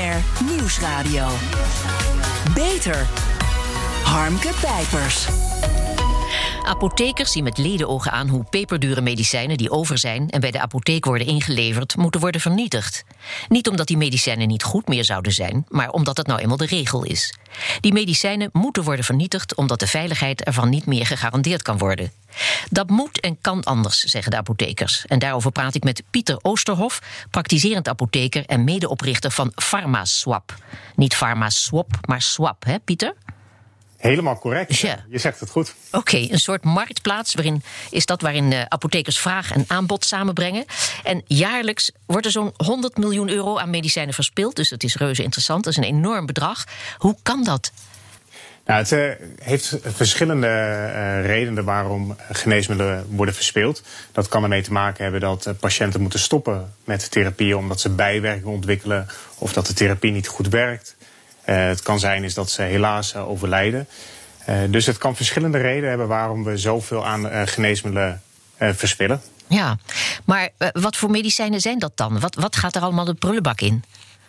BNR Nieuwsradio. Beter. Harmke Pijpers. Apothekers zien met ledenogen aan hoe peperdure medicijnen die over zijn en bij de apotheek worden ingeleverd, moeten worden vernietigd. Niet omdat die medicijnen niet goed meer zouden zijn, maar omdat het nou eenmaal de regel is. Die medicijnen moeten worden vernietigd omdat de veiligheid ervan niet meer gegarandeerd kan worden. Dat moet en kan anders, zeggen de apothekers. En daarover praat ik met Pieter Oosterhof, praktiserend apotheker en medeoprichter van PharmaSwap. Niet PharmaSwap, maar Swap, hè Pieter? Helemaal correct. Ja. Je zegt het goed. Oké, een soort marktplaats waarin apothekers vraag en aanbod samenbrengen. En jaarlijks wordt er zo'n 100 miljoen euro aan medicijnen verspild. Dus dat is reuze interessant, dat is een enorm bedrag. Hoe kan dat? Nou, het heeft verschillende redenen waarom geneesmiddelen worden verspild. Dat kan ermee te maken hebben dat patiënten moeten stoppen met therapieën omdat ze bijwerkingen ontwikkelen of dat de therapie niet goed werkt. Het kan zijn is dat ze helaas overlijden. Dus het kan verschillende redenen hebben waarom we zoveel aan geneesmiddelen verspillen. Ja, maar wat voor medicijnen zijn dat dan? Wat gaat er allemaal de prullenbak in?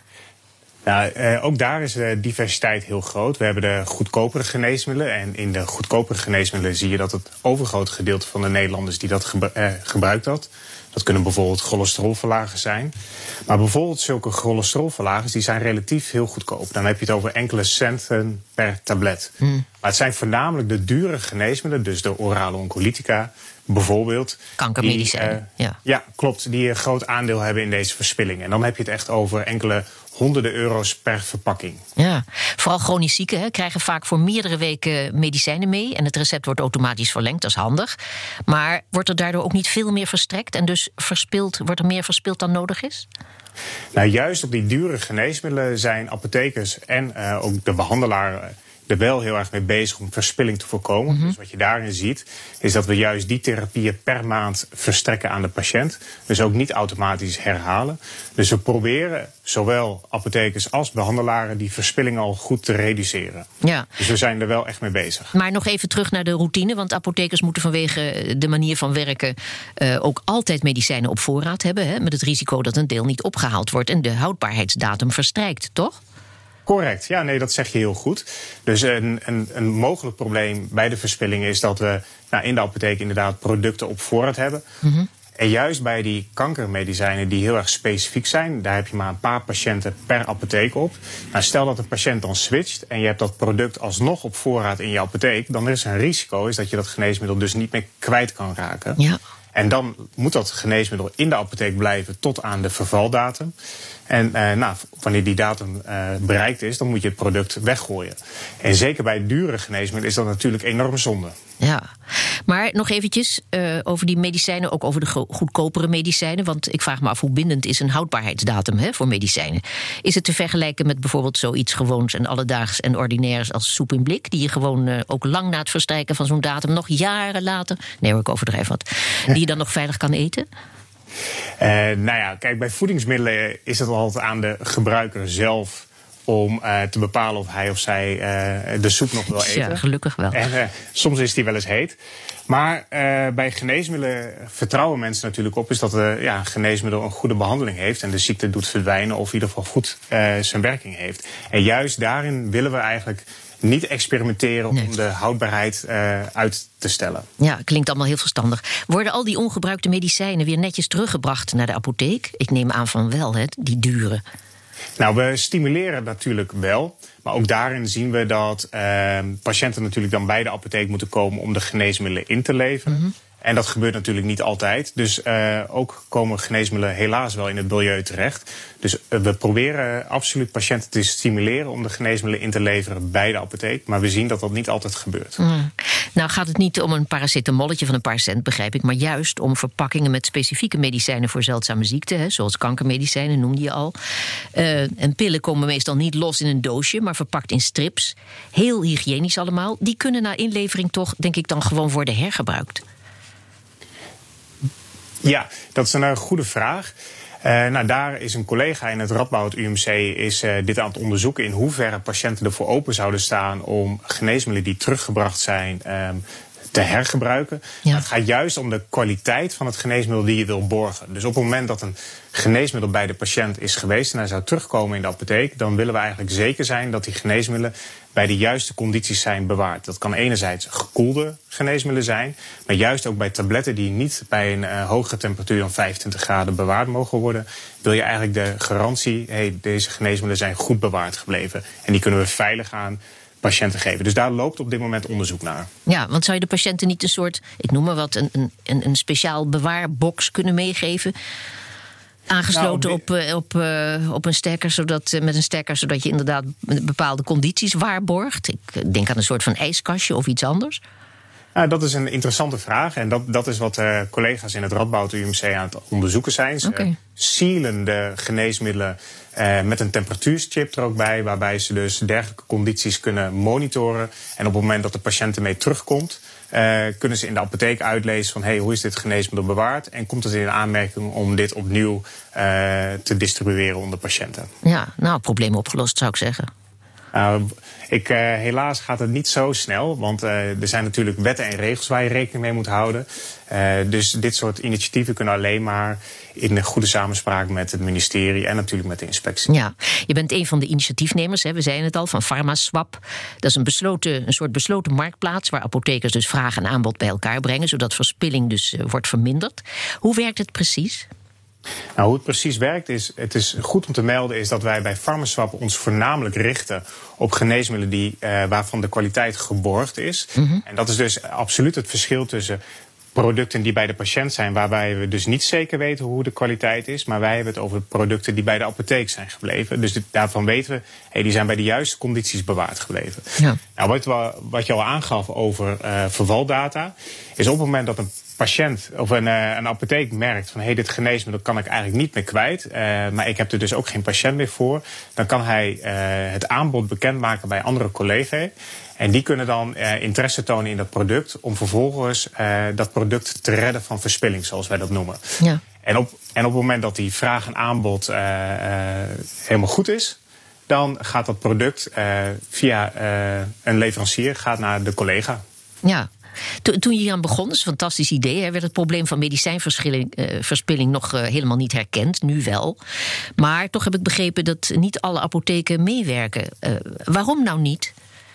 Nou, ook daar is de diversiteit heel groot. We hebben de goedkopere geneesmiddelen. En in de goedkopere geneesmiddelen zie je dat het overgrote gedeelte van de Nederlanders die dat gebruikt dat. Dat kunnen bijvoorbeeld cholesterolverlagers zijn. Maar bijvoorbeeld zulke cholesterolverlagers die zijn relatief heel goedkoop. Dan heb je het over enkele centen per tablet. Maar het zijn voornamelijk de dure geneesmiddelen, dus de orale oncolytica bijvoorbeeld. Kankermedicijnen. Ja, klopt. Die een groot aandeel hebben in deze verspilling. En dan heb je het echt over enkele honderden euro's per verpakking. Ja, vooral chronisch zieken krijgen vaak voor meerdere weken medicijnen mee. En het recept wordt automatisch verlengd, dat is handig. Maar wordt er daardoor ook niet veel meer verstrekt en dus wordt er meer verspild dan nodig is? Nou, juist op die dure geneesmiddelen zijn apothekers en ook de behandelaar er wel heel erg mee bezig om verspilling te voorkomen. Dus wat je daarin ziet, is dat we juist die therapieën per maand verstrekken aan de patiënt. Dus ook niet automatisch herhalen. Dus we proberen, zowel apothekers als behandelaren, die verspilling al goed te reduceren. Ja. Dus we zijn er wel echt mee bezig. Maar nog even terug naar de routine, want apothekers moeten vanwege de manier van werken ook altijd medicijnen op voorraad hebben. Met het risico dat een deel niet opgehaald wordt en de houdbaarheidsdatum verstrijkt, toch? Correct, ja, nee, dat zeg je heel goed. Dus een mogelijk probleem bij de verspilling is dat we in de apotheek inderdaad producten op voorraad hebben. En juist bij die kankermedicijnen die heel erg specifiek zijn, daar heb je maar een paar patiënten per apotheek op. Nou, stel dat een patiënt dan switcht en je hebt dat product alsnog op voorraad in je apotheek, dan is er een risico is dat je dat geneesmiddel dus niet meer kwijt kan raken. Ja. En dan moet dat geneesmiddel in de apotheek blijven tot aan de vervaldatum. En wanneer die datum bereikt is, dan moet je het product weggooien. En zeker bij dure geneesmiddelen is dat natuurlijk enorm zonde. Ja, maar nog eventjes over die medicijnen, ook over de goedkopere medicijnen. Want ik vraag me af, hoe bindend is een houdbaarheidsdatum voor medicijnen? Is het te vergelijken met bijvoorbeeld zoiets gewoons en alledaags en ordinairs als soep in blik, die je gewoon ook lang na het verstrijken van zo'n datum, nog jaren later, nee hoor, ik overdrijf wat, die je dan nog veilig kan eten? Kijk, bij voedingsmiddelen is het altijd aan de gebruiker zelf om te bepalen of hij of zij de soep nog wil eten. Ja, gelukkig wel. En soms is die wel eens heet. Maar bij geneesmiddelen vertrouwen mensen natuurlijk op is dat een geneesmiddel een goede behandeling heeft en de ziekte doet verdwijnen of in ieder geval goed zijn werking heeft. En juist daarin willen we eigenlijk niet experimenteren om de houdbaarheid uit te stellen. Ja, klinkt allemaal heel verstandig. Worden al die ongebruikte medicijnen weer netjes teruggebracht naar de apotheek? Ik neem aan van wel, die dure. Nou, we stimuleren natuurlijk wel. Maar ook daarin zien we dat patiënten natuurlijk dan bij de apotheek moeten komen om de geneesmiddelen in te leveren. En dat gebeurt natuurlijk niet altijd. Dus ook komen geneesmiddelen helaas wel in het milieu terecht. Dus we proberen absoluut patiënten te stimuleren om de geneesmiddelen in te leveren bij de apotheek. Maar we zien dat dat niet altijd gebeurt. Nou gaat het niet om een paracetamolletje van een paar cent, begrijp ik. Maar juist om verpakkingen met specifieke medicijnen voor zeldzame ziekten. Zoals kankermedicijnen, noemde je al. En pillen komen meestal niet los in een doosje, maar verpakt in strips. Heel hygiënisch allemaal. Die kunnen na inlevering toch, denk ik, dan gewoon worden hergebruikt. Ja, dat is een goede vraag. Daar is een collega in het Radboud UMC dit aan het onderzoeken in hoeverre patiënten ervoor open zouden staan om geneesmiddelen die teruggebracht zijn te hergebruiken. Ja. Het gaat juist om de kwaliteit van het geneesmiddel die je wil borgen. Dus op het moment dat een geneesmiddel bij de patiënt is geweest en hij zou terugkomen in de apotheek, dan willen we eigenlijk zeker zijn dat die geneesmiddelen bij de juiste condities zijn bewaard. Dat kan enerzijds gekoelde geneesmiddelen zijn, maar juist ook bij tabletten die niet bij een hogere temperatuur dan 25 graden bewaard mogen worden, wil je eigenlijk de garantie, deze geneesmiddelen zijn goed bewaard gebleven. En die kunnen we veilig aan patiënten geven. Dus daar loopt op dit moment onderzoek naar. Ja, want zou je de patiënten niet een soort, ik noem maar wat, een speciaal bewaarbox kunnen meegeven? Aangesloten op een stekker, met een stekker, zodat je inderdaad bepaalde condities waarborgt. Ik denk aan een soort van ijskastje of iets anders. Nou, dat is een interessante vraag. En dat is wat collega's in het Radboud UMC aan het onderzoeken zijn. Ze sealen de geneesmiddelen met een temperatuurchip er ook bij, waarbij ze dus dergelijke condities kunnen monitoren. En op het moment dat de patiënt ermee terugkomt, kunnen ze in de apotheek uitlezen van hoe is dit geneesmiddel bewaard en komt het in aanmerking om dit opnieuw te distribueren onder patiënten. Ja, nou, probleem opgelost zou ik zeggen. Helaas gaat het niet zo snel, want er zijn natuurlijk wetten en regels waar je rekening mee moet houden. Dus dit soort initiatieven kunnen alleen maar in een goede samenspraak met het ministerie en natuurlijk met de inspectie. Ja, je bent een van de initiatiefnemers, we zeiden het al, van PharmaSwap. Dat is een soort besloten marktplaats waar apothekers dus vraag en aanbod bij elkaar brengen, zodat verspilling dus wordt verminderd. Hoe werkt het precies? Nou, hoe het precies werkt het is goed om te melden, is dat wij bij PharmaSwap ons voornamelijk richten op geneesmiddelen waarvan de kwaliteit geborgd is. Mm-hmm. En dat is dus absoluut het verschil tussen producten die bij de patiënt zijn, waarbij we dus niet zeker weten hoe de kwaliteit is, maar wij hebben het over producten die bij de apotheek zijn gebleven. Dus daarvan weten we, die zijn bij de juiste condities bewaard gebleven. Ja. Nou, wat je al aangaf over vervaldata, is op het moment dat een patiënt of een apotheek merkt van dit geneesmiddel kan ik eigenlijk niet meer kwijt, maar ik heb er dus ook geen patiënt meer voor, dan kan hij het aanbod bekendmaken bij andere collega's. En die kunnen dan interesse tonen in dat product om vervolgens dat product te redden van verspilling, zoals wij dat noemen. Ja. En op het moment dat die vraag en aanbod helemaal goed is, dan gaat dat product via een leverancier naar de collega. Ja. Toen je hier aan begon, dat is een fantastisch idee, werd het probleem van medicijnverspilling nog helemaal niet herkend, nu wel. Maar toch heb ik begrepen dat niet alle apotheken meewerken. Waarom nou niet?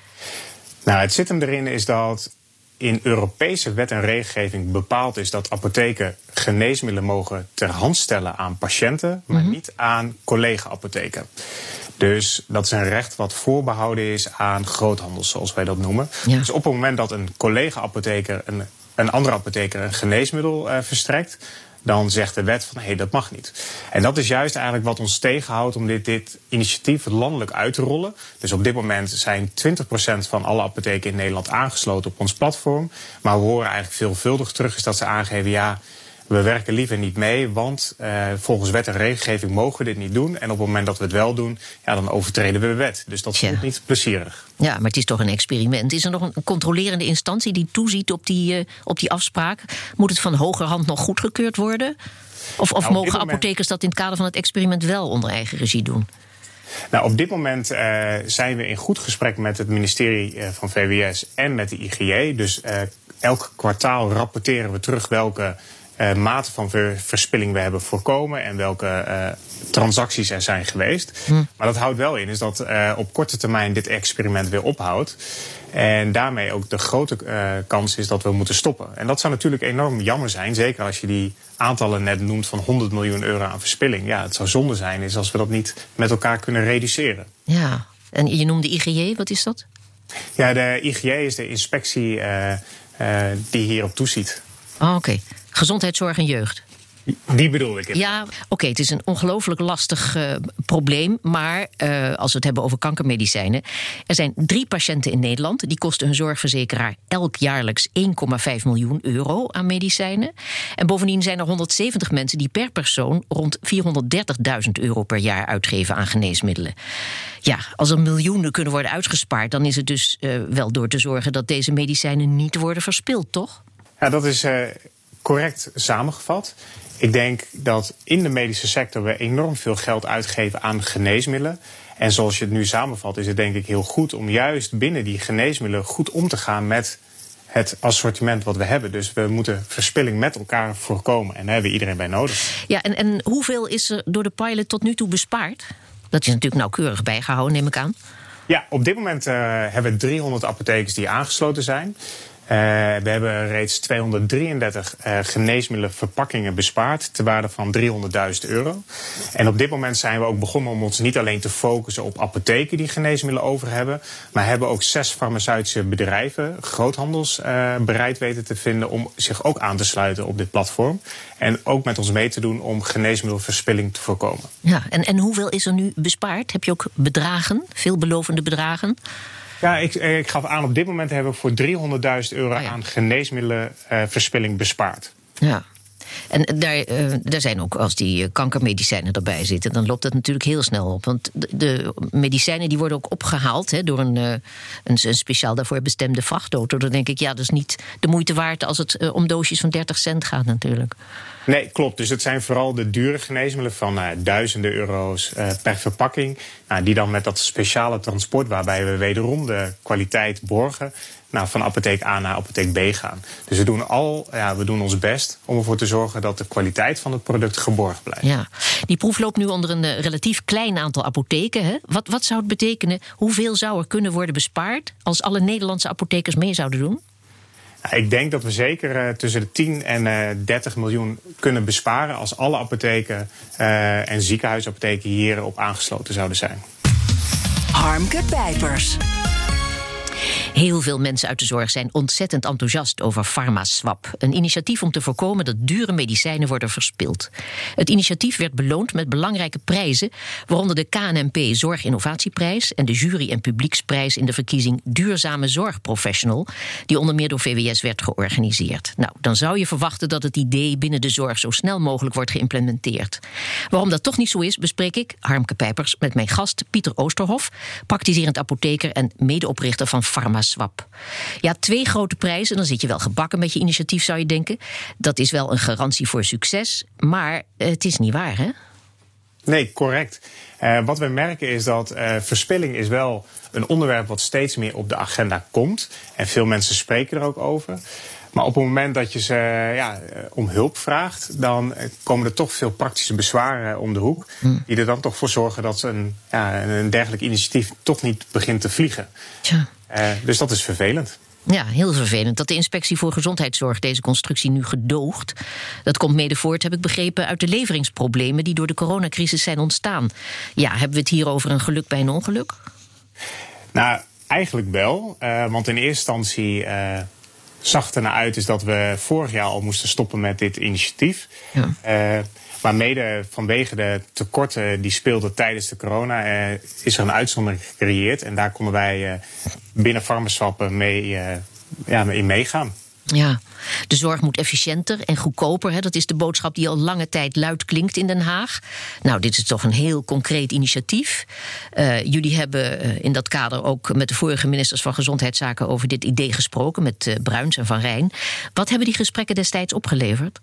Nou, het zit hem erin is dat in Europese wet en regelgeving bepaald is dat apotheken geneesmiddelen mogen ter hand stellen aan patiënten, maar niet aan collega-apotheken. Dus dat is een recht wat voorbehouden is aan groothandels, zoals wij dat noemen. Ja. Dus op het moment dat een collega-apotheker een andere apotheker een geneesmiddel verstrekt, dan zegt de wet van dat mag niet. En dat is juist eigenlijk wat ons tegenhoudt om dit initiatief landelijk uit te rollen. Dus op dit moment zijn 20% van alle apotheken in Nederland aangesloten op ons platform. Maar we horen eigenlijk veelvuldig terug is dat ze aangeven, we werken liever niet mee, want volgens wet en regelgeving mogen we dit niet doen. En op het moment dat we het wel doen, dan overtreden we de wet. Dus dat voelt niet plezierig. Ja, maar het is toch een experiment. Is er nog een controlerende instantie die toeziet op die afspraak? Moet het van hogerhand nog goedgekeurd worden? Of mogen apothekers dat in het kader van het experiment wel onder eigen regie doen? Nou, op dit moment zijn we in goed gesprek met het ministerie van VWS en met de IGJ. Dus elk kwartaal rapporteren we terug welke mate van verspilling we hebben voorkomen en welke transacties er zijn geweest. Maar dat houdt wel in is dat op korte termijn dit experiment weer ophoudt. En daarmee ook de grote kans is dat we moeten stoppen. En dat zou natuurlijk enorm jammer zijn, zeker als je die aantallen net noemt van 100 miljoen euro aan verspilling. Ja, het zou zonde zijn als we dat niet met elkaar kunnen reduceren. Ja, en je noemde IGJ, wat is dat? Ja, de IGJ is de inspectie die hierop toeziet. Oh, oké. Gezondheidszorg en jeugd. Die bedoel ik. Ja, oké, het is een ongelooflijk lastig probleem. Maar als we het hebben over kankermedicijnen. Er zijn 3 patiënten in Nederland. Die kosten hun zorgverzekeraar elk jaarlijks 1,5 miljoen euro aan medicijnen. En bovendien zijn er 170 mensen die per persoon rond 430.000 euro per jaar uitgeven aan geneesmiddelen. Ja, als er miljoenen kunnen worden uitgespaard, dan is het dus wel door te zorgen dat deze medicijnen niet worden verspild, toch? Ja, dat is correct samengevat. Ik denk dat in de medische sector we enorm veel geld uitgeven aan geneesmiddelen. En zoals je het nu samenvat, is het denk ik heel goed om juist binnen die geneesmiddelen goed om te gaan met het assortiment wat we hebben. Dus we moeten verspilling met elkaar voorkomen. En daar hebben we iedereen bij nodig. Ja, en hoeveel is er door de pilot tot nu toe bespaard? Dat is natuurlijk nauwkeurig bijgehouden, neem ik aan. Ja, op dit moment hebben we 300 apothekers die aangesloten zijn. We hebben reeds 233 geneesmiddelenverpakkingen bespaard ter waarde van €300.000. En op dit moment zijn we ook begonnen om ons niet alleen te focussen op apotheken die geneesmiddelen over hebben, maar hebben ook 6 farmaceutische bedrijven, groothandels, bereid weten te vinden om zich ook aan te sluiten op dit platform. En ook met ons mee te doen om geneesmiddelverspilling te voorkomen. Ja, en hoeveel is er nu bespaard? Heb je ook bedragen, veelbelovende bedragen? Ja, ik gaf aan, op dit moment hebben we voor €300.000 aan geneesmiddelenverspilling bespaard. Ja. En daar zijn ook, als die kankermedicijnen erbij zitten, dan loopt dat natuurlijk heel snel op. Want de medicijnen die worden ook opgehaald door een speciaal daarvoor bestemde vrachtauto. Dan denk ik, ja, dat is niet de moeite waard als het om doosjes van 30 cent gaat natuurlijk. Nee, klopt. Dus het zijn vooral de dure geneesmiddelen van duizenden euro's per verpakking. Die dan met dat speciale transport, waarbij we wederom de kwaliteit borgen, van apotheek A naar apotheek B gaan. Dus we doen ons best om ervoor te zorgen dat de kwaliteit van het product geborgd blijft. Ja, die proef loopt nu onder een relatief klein aantal apotheken. Hè? Wat zou het betekenen? Hoeveel zou er kunnen worden bespaard als alle Nederlandse apothekers mee zouden doen? Ik denk dat we zeker tussen de 10 en 30 miljoen kunnen besparen als alle apotheken en ziekenhuisapotheken hierop aangesloten zouden zijn. Harmke Pijpers. Heel veel mensen uit de zorg zijn ontzettend enthousiast over PharmaSwap. Een initiatief om te voorkomen dat dure medicijnen worden verspild. Het initiatief werd beloond met belangrijke prijzen, waaronder de KNMP Zorginnovatieprijs en de Jury- en Publieksprijs in de verkiezing Duurzame Zorgprofessional, die onder meer door VWS werd georganiseerd. Nou, dan zou je verwachten dat het idee binnen de zorg zo snel mogelijk wordt geïmplementeerd. Waarom dat toch niet zo is, bespreek ik, Harmke Pijpers, met mijn gast Pieter Oosterhof, praktiserend apotheker en medeoprichter van PharmaSwap. Ja, 2 grote prijzen, dan zit je wel gebakken met je initiatief, zou je denken. Dat is wel een garantie voor succes, maar het is niet waar, hè? Nee, correct. Wat we merken is dat verspilling is wel een onderwerp wat steeds meer op de agenda komt. En veel mensen spreken er ook over. Maar op het moment dat je ze om hulp vraagt, dan komen er toch veel praktische bezwaren om de hoek. Die er dan toch voor zorgen dat een dergelijk initiatief toch niet begint te vliegen. Tja. Dus dat is vervelend. Ja, heel vervelend dat de Inspectie voor Gezondheidszorg deze constructie nu gedoogt. Dat komt mede voort, heb ik begrepen, uit de leveringsproblemen die door de coronacrisis zijn ontstaan. Ja, hebben we het hier over een geluk bij een ongeluk? Nou, eigenlijk wel. Want in eerste instantie zag het ernaar uit is dat we vorig jaar al moesten stoppen met dit initiatief. Ja. Maar mede vanwege de tekorten die speelden tijdens de corona is er een uitzondering gecreëerd. En daar konden wij binnen PharmaSwap in meegaan. Ja, de zorg moet efficiënter en goedkoper. Hè? Dat is de boodschap die al lange tijd luid klinkt in Den Haag. Nou, dit is toch een heel concreet initiatief. Jullie hebben in dat kader ook met de vorige ministers van Gezondheidszaken over dit idee gesproken, met Bruins en Van Rijn. Wat hebben die gesprekken destijds opgeleverd?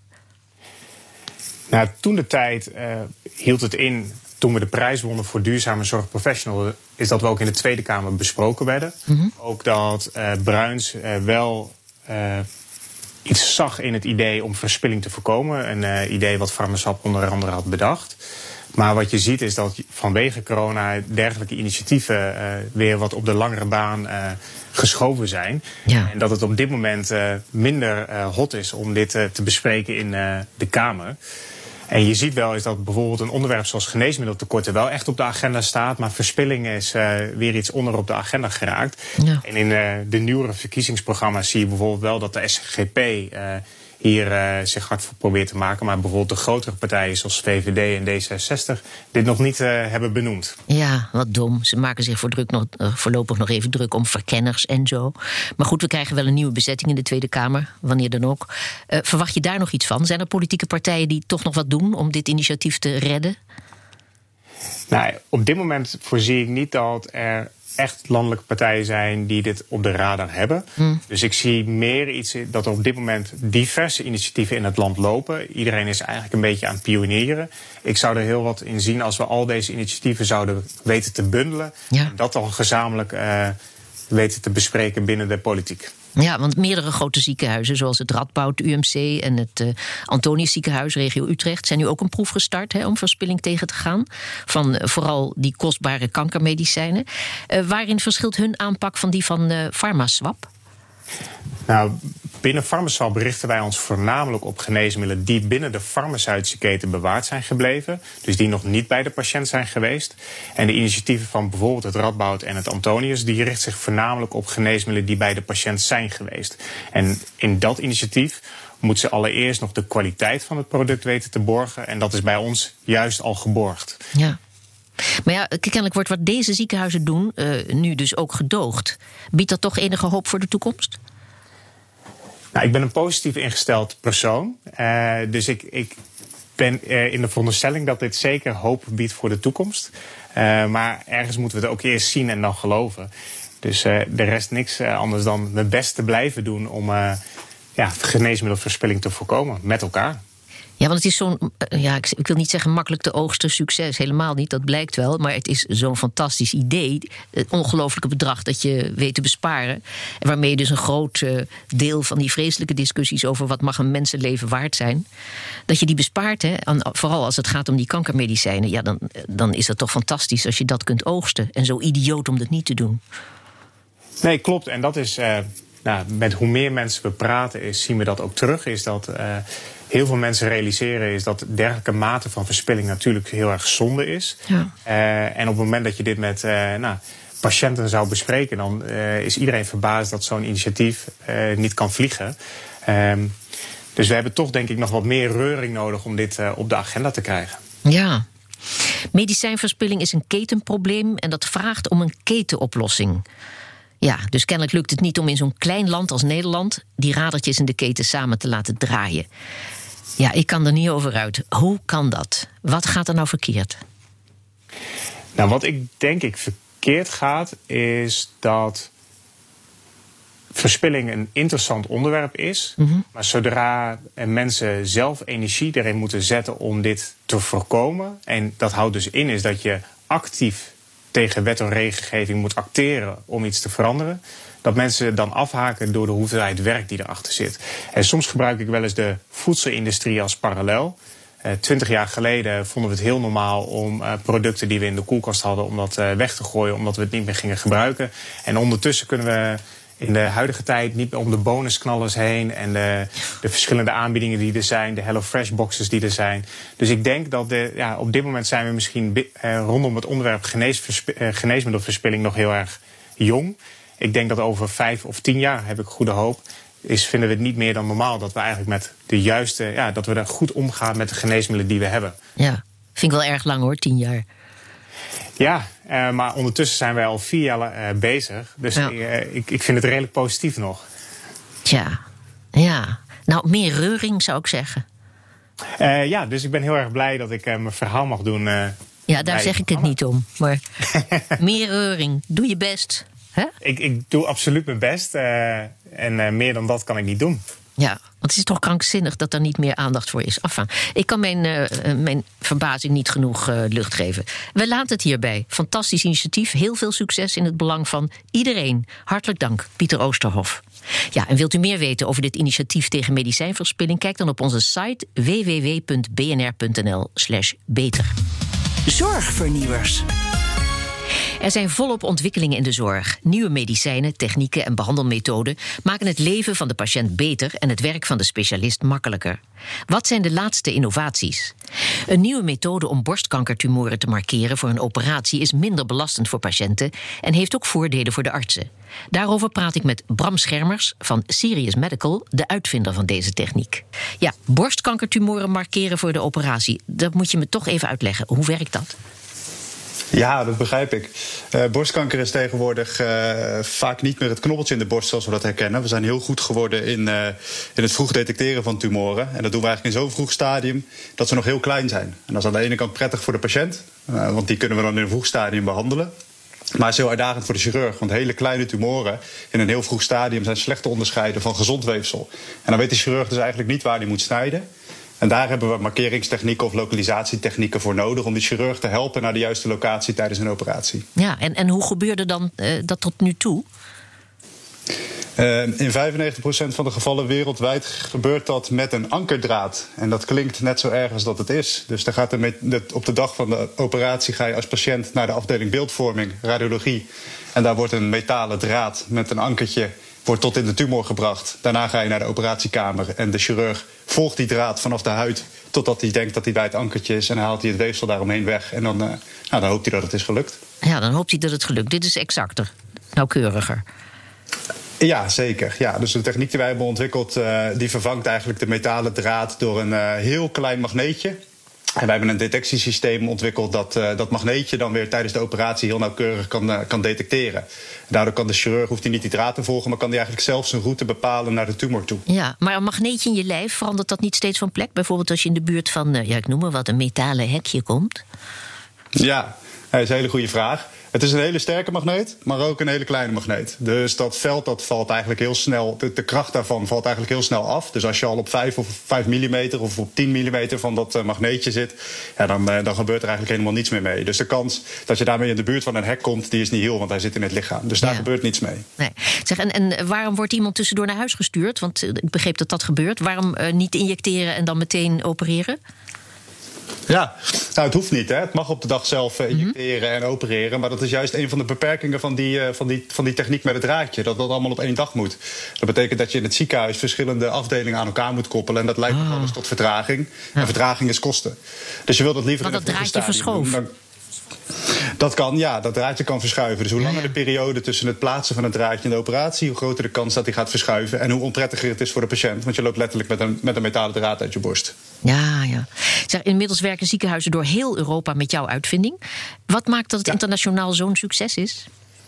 Nou, toen de tijd hield het in, toen we de prijs wonnen voor Duurzame Zorgprofessional, is dat we ook in de Tweede Kamer besproken werden. Mm-hmm. Ook dat Bruins wel iets zag in het idee om verspilling te voorkomen. Een idee wat PharmaSwap onder andere had bedacht. Maar wat je ziet is dat vanwege corona dergelijke initiatieven weer wat op de langere baan geschoven zijn. Ja. En dat het op dit moment minder hot is om dit te bespreken in de Kamer. En je ziet wel is dat bijvoorbeeld een onderwerp zoals geneesmiddeltekorten wel echt op de agenda staat. Maar verspilling is weer iets onder op de agenda geraakt. Ja. En in de nieuwere verkiezingsprogramma's zie je bijvoorbeeld wel dat de SGP hier zich hard voor probeert te maken. Maar bijvoorbeeld de grotere partijen zoals VVD en D66 dit nog niet hebben benoemd. Ja, wat dom. Ze maken zich voorlopig nog even druk om verkenners en zo. Maar goed, we krijgen wel een nieuwe bezetting in de Tweede Kamer, wanneer dan ook. Verwacht je daar nog iets van? Zijn er politieke partijen die toch nog wat doen om dit initiatief te redden? Nou, op dit moment voorzie ik niet dat er echt landelijke partijen zijn die dit op de radar hebben. Dus ik zie meer iets dat er op dit moment diverse initiatieven in het land lopen. Iedereen is eigenlijk een beetje aan het pionieren. Ik zou er heel wat in zien als we al deze initiatieven zouden weten te bundelen. Ja. En dat dan gezamenlijk weten te bespreken binnen de politiek. Ja, want meerdere grote ziekenhuizen, zoals het Radboud UMC en het Antonius ziekenhuis, regio Utrecht, zijn nu ook een proef gestart om verspilling tegen te gaan. Van vooral die kostbare kankermedicijnen. Waarin verschilt hun aanpak van die van PharmaSwap? Nou, binnen PharmaSwap richten wij ons voornamelijk op geneesmiddelen die binnen de farmaceutische keten bewaard zijn gebleven. Dus die nog niet bij de patiënt zijn geweest. En de initiatieven van bijvoorbeeld het Radboud en het Antonius, die richten zich voornamelijk op geneesmiddelen die bij de patiënt zijn geweest. En in dat initiatief moet ze allereerst nog de kwaliteit van het product weten te borgen. En dat is bij ons juist al geborgd. Ja. Maar ja, kennelijk wordt wat deze ziekenhuizen doen nu dus ook gedoogd. Biedt dat toch enige hoop voor de toekomst? Nou, ik ben een positief ingesteld persoon. Dus ik ben in de veronderstelling dat dit zeker hoop biedt voor de toekomst. Maar ergens moeten we het ook eerst zien en dan geloven. Dus er rest niks anders dan mijn best te blijven doen om geneesmiddelverspilling te voorkomen met elkaar. Ja, want het is zo'n, ik wil niet zeggen makkelijk te oogsten succes. Helemaal niet, dat blijkt wel. Maar het is zo'n fantastisch idee. Het ongelooflijke bedrag dat je weet te besparen. En waarmee je dus een groot deel van die vreselijke discussies over wat mag een mensenleven waard zijn, dat je die bespaart. Vooral als het gaat om die kankermedicijnen. Ja, dan is dat toch fantastisch als je dat kunt oogsten. En zo idioot om dat niet te doen. Nee, klopt. En dat is, met hoe meer mensen we praten, zien we dat ook terug. Is dat heel veel mensen realiseren is dat dergelijke mate van verspilling natuurlijk heel erg zonde is. Ja. En op het moment dat je dit met patiënten zou bespreken, dan is iedereen verbaasd dat zo'n initiatief niet kan vliegen. Dus we hebben toch denk ik nog wat meer reuring nodig om dit op de agenda te krijgen. Ja. Medicijnverspilling is een ketenprobleem en dat vraagt om een ketenoplossing. Ja, dus kennelijk lukt het niet om in zo'n klein land als Nederland die radertjes in de keten samen te laten draaien. Ja, ik kan er niet over uit. Hoe kan dat? Wat gaat er nou verkeerd? Nou, wat ik denk verkeerd gaat, is dat verspilling een interessant onderwerp is. Mm-hmm. Maar zodra mensen zelf energie erin moeten zetten om dit te voorkomen, en dat houdt dus in is dat je actief tegen wet en regelgeving moet acteren om iets te veranderen, dat mensen dan afhaken door de hoeveelheid werk die erachter zit. En soms gebruik ik wel eens de voedselindustrie als parallel. 20 jaar geleden vonden we het heel normaal om producten die we in de koelkast hadden, om dat weg te gooien, omdat we het niet meer gingen gebruiken. En ondertussen kunnen we in de huidige tijd niet meer om de bonusknallers heen en de verschillende aanbiedingen die er zijn, de HelloFresh boxes die er zijn. Dus ik denk dat op dit moment zijn we misschien rondom het onderwerp geneesmiddelverspilling nog heel erg jong. Ik denk dat over 5 of 10 jaar, heb ik goede hoop, vinden we het niet meer dan normaal dat we eigenlijk met de juiste, dat we er goed omgaan met de geneesmiddelen die we hebben. Ja, vind ik wel erg lang hoor, 10 jaar. Ja, maar ondertussen zijn wij al 4 jaar bezig. Dus ja. Ik vind het redelijk positief nog. Tja, ja. Nou, meer reuring zou ik zeggen. Dus ik ben heel erg blij dat ik mijn verhaal mag doen. Ja, daar zeg ik het niet om. Maar meer reuring, doe je best. Hè? Ik doe absoluut mijn best. En meer dan dat kan ik niet doen. Ja, want het is toch krankzinnig dat er niet meer aandacht voor is. Enfin, ik kan mijn verbazing niet genoeg lucht geven. We laten het hierbij. Fantastisch initiatief. Heel veel succes in het belang van iedereen. Hartelijk dank, Pieter Oosterhoff. Ja, en wilt u meer weten over dit initiatief tegen medicijnverspilling? Kijk dan op onze site www.bnr.nl/beter. Zorgvernieuwers. Er zijn volop ontwikkelingen in de zorg. Nieuwe medicijnen, technieken en behandelmethoden maken het leven van de patiënt beter en het werk van de specialist makkelijker. Wat zijn de laatste innovaties? Een nieuwe methode om borstkankertumoren te markeren voor een operatie is minder belastend voor patiënten en heeft ook voordelen voor de artsen. Daarover praat ik met Bram Schermers van Sirius Medical, de uitvinder van deze techniek. Ja, borstkankertumoren markeren voor de operatie. Dat moet je me toch even uitleggen. Hoe werkt dat? Ja, dat begrijp ik. Borstkanker is tegenwoordig vaak niet meer het knobbeltje in de borst zoals we dat herkennen. We zijn heel goed geworden in het vroeg detecteren van tumoren. En dat doen we eigenlijk in zo'n vroeg stadium dat ze nog heel klein zijn. En dat is aan de ene kant prettig voor de patiënt, want die kunnen we dan in een vroeg stadium behandelen. Maar het is heel uitdagend voor de chirurg, want hele kleine tumoren in een heel vroeg stadium zijn slecht te onderscheiden van gezond weefsel. En dan weet de chirurg dus eigenlijk niet waar hij moet snijden. En daar hebben we markeringstechnieken of lokalisatietechnieken voor nodig om de chirurg te helpen naar de juiste locatie tijdens een operatie. Ja, en hoe gebeurde dan dat tot nu toe? In 95% van de gevallen wereldwijd gebeurt dat met een ankerdraad. En dat klinkt net zo erg als dat het is. Dus dan gaat op de dag van de operatie ga je als patiënt naar de afdeling beeldvorming, radiologie. En daar wordt een metalen draad met een ankertje wordt tot in de tumor gebracht. Daarna ga je naar de operatiekamer en de chirurg volgt die draad vanaf de huid totdat hij denkt dat hij bij het ankertje is en dan haalt hij het weefsel daaromheen weg. En dan hoopt hij dat het is gelukt. Ja, dan hoopt hij dat het gelukt. Dit is exacter, nauwkeuriger. Ja, zeker. Ja, dus de techniek die wij hebben ontwikkeld, die vervangt eigenlijk de metalen draad door een heel klein magneetje. En wij hebben een detectiesysteem ontwikkeld dat magneetje dan weer tijdens de operatie heel nauwkeurig kan detecteren. Daardoor kan de chirurg, hoeft hij niet die draad te volgen, maar kan hij eigenlijk zelf zijn route bepalen naar de tumor toe. Ja, maar een magneetje in je lijf, verandert dat niet steeds van plek? Bijvoorbeeld als je in de buurt van, ik noem maar wat, een metalen hekje komt? Ja, dat is een hele goede vraag. Het is een hele sterke magneet, maar ook een hele kleine magneet. Dus dat veld dat valt eigenlijk heel snel, de kracht daarvan valt eigenlijk heel snel af. Dus als je al op 5 mm of op 10 mm van dat magneetje zit, ja, dan gebeurt er eigenlijk helemaal niets meer mee. Dus de kans dat je daarmee in de buurt van een hek komt, die is niet heel, want hij zit in het lichaam. Dus daar gebeurt niets mee. Nee. Zeg, en waarom wordt iemand tussendoor naar huis gestuurd? Want ik begreep dat gebeurt. Waarom niet injecteren en dan meteen opereren? Ja, nou, het hoeft niet. Hè. Het mag op de dag zelf injecteren en opereren. Maar dat is juist een van de beperkingen van die techniek met het draadje. Dat allemaal op één dag moet. Dat betekent dat je in het ziekenhuis verschillende afdelingen aan elkaar moet koppelen. En dat leidt nog wel eens tot vertraging. Ja. En vertraging is kosten. Dus je wilt dat liever in het vroege stadium doen. Dat draadje verschoven. Dat kan, ja, dat draadje kan verschuiven. Dus hoe langer de periode tussen het plaatsen van het draadje en de operatie, hoe groter de kans dat hij gaat verschuiven. En hoe onprettiger het is voor de patiënt. Want je loopt letterlijk met een metalen draad uit je borst. Ja. Zeg, inmiddels werken ziekenhuizen door heel Europa met jouw uitvinding. Wat maakt dat het internationaal zo'n succes is?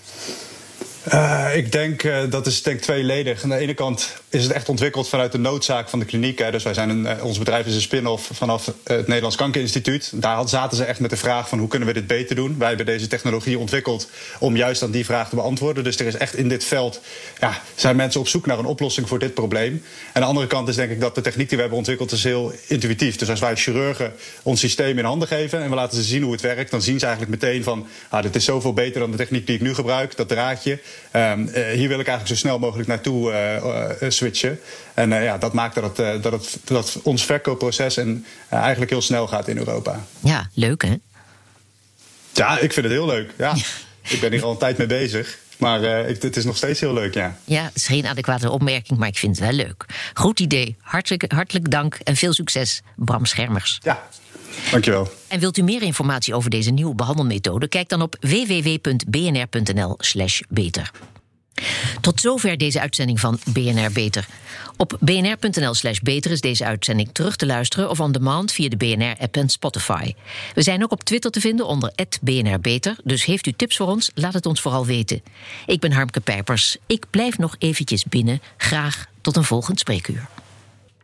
Ik denk dat is tweeledig. Aan de ene kant is het echt ontwikkeld vanuit de noodzaak van de kliniek. Hè. Dus wij zijn ons bedrijf is een spin-off vanaf het Nederlands Kankerinstituut. Daar zaten ze echt met de vraag van hoe kunnen we dit beter doen. Wij hebben deze technologie ontwikkeld om juist aan die vraag te beantwoorden. Dus er is echt in dit veld, zijn mensen op zoek naar een oplossing voor dit probleem. En aan de andere kant is denk ik dat de techniek die we hebben ontwikkeld is heel intuïtief. Dus als wij chirurgen ons systeem in handen geven en we laten ze zien hoe het werkt, dan zien ze eigenlijk meteen van, dit is zoveel beter dan de techniek die ik nu gebruik, dat draadje. Hier wil ik eigenlijk zo snel mogelijk naartoe switchen. En dat maakt dat ons verkoopproces eigenlijk heel snel gaat in Europa. Ja, leuk hè? Ja, ik vind het heel leuk. Ja. Ik ben hier al een tijd mee bezig. Maar het is nog steeds heel leuk, ja. Ja, het is geen adequate opmerking, maar ik vind het wel leuk. Goed idee. Hartelijk dank en veel succes, Bram Schermers. Ja, dankjewel. En wilt u meer informatie over deze nieuwe behandelmethode? Kijk dan op www.bnr.nl/beter. Tot zover deze uitzending van BNR Beter. Op bnr.nl/beter is deze uitzending terug te luisteren of on demand via de BNR-app en Spotify. We zijn ook op Twitter te vinden onder @BNRBeter, dus heeft u tips voor ons? Laat het ons vooral weten. Ik ben Harmke Pijpers. Ik blijf nog eventjes binnen. Graag tot een volgend spreekuur.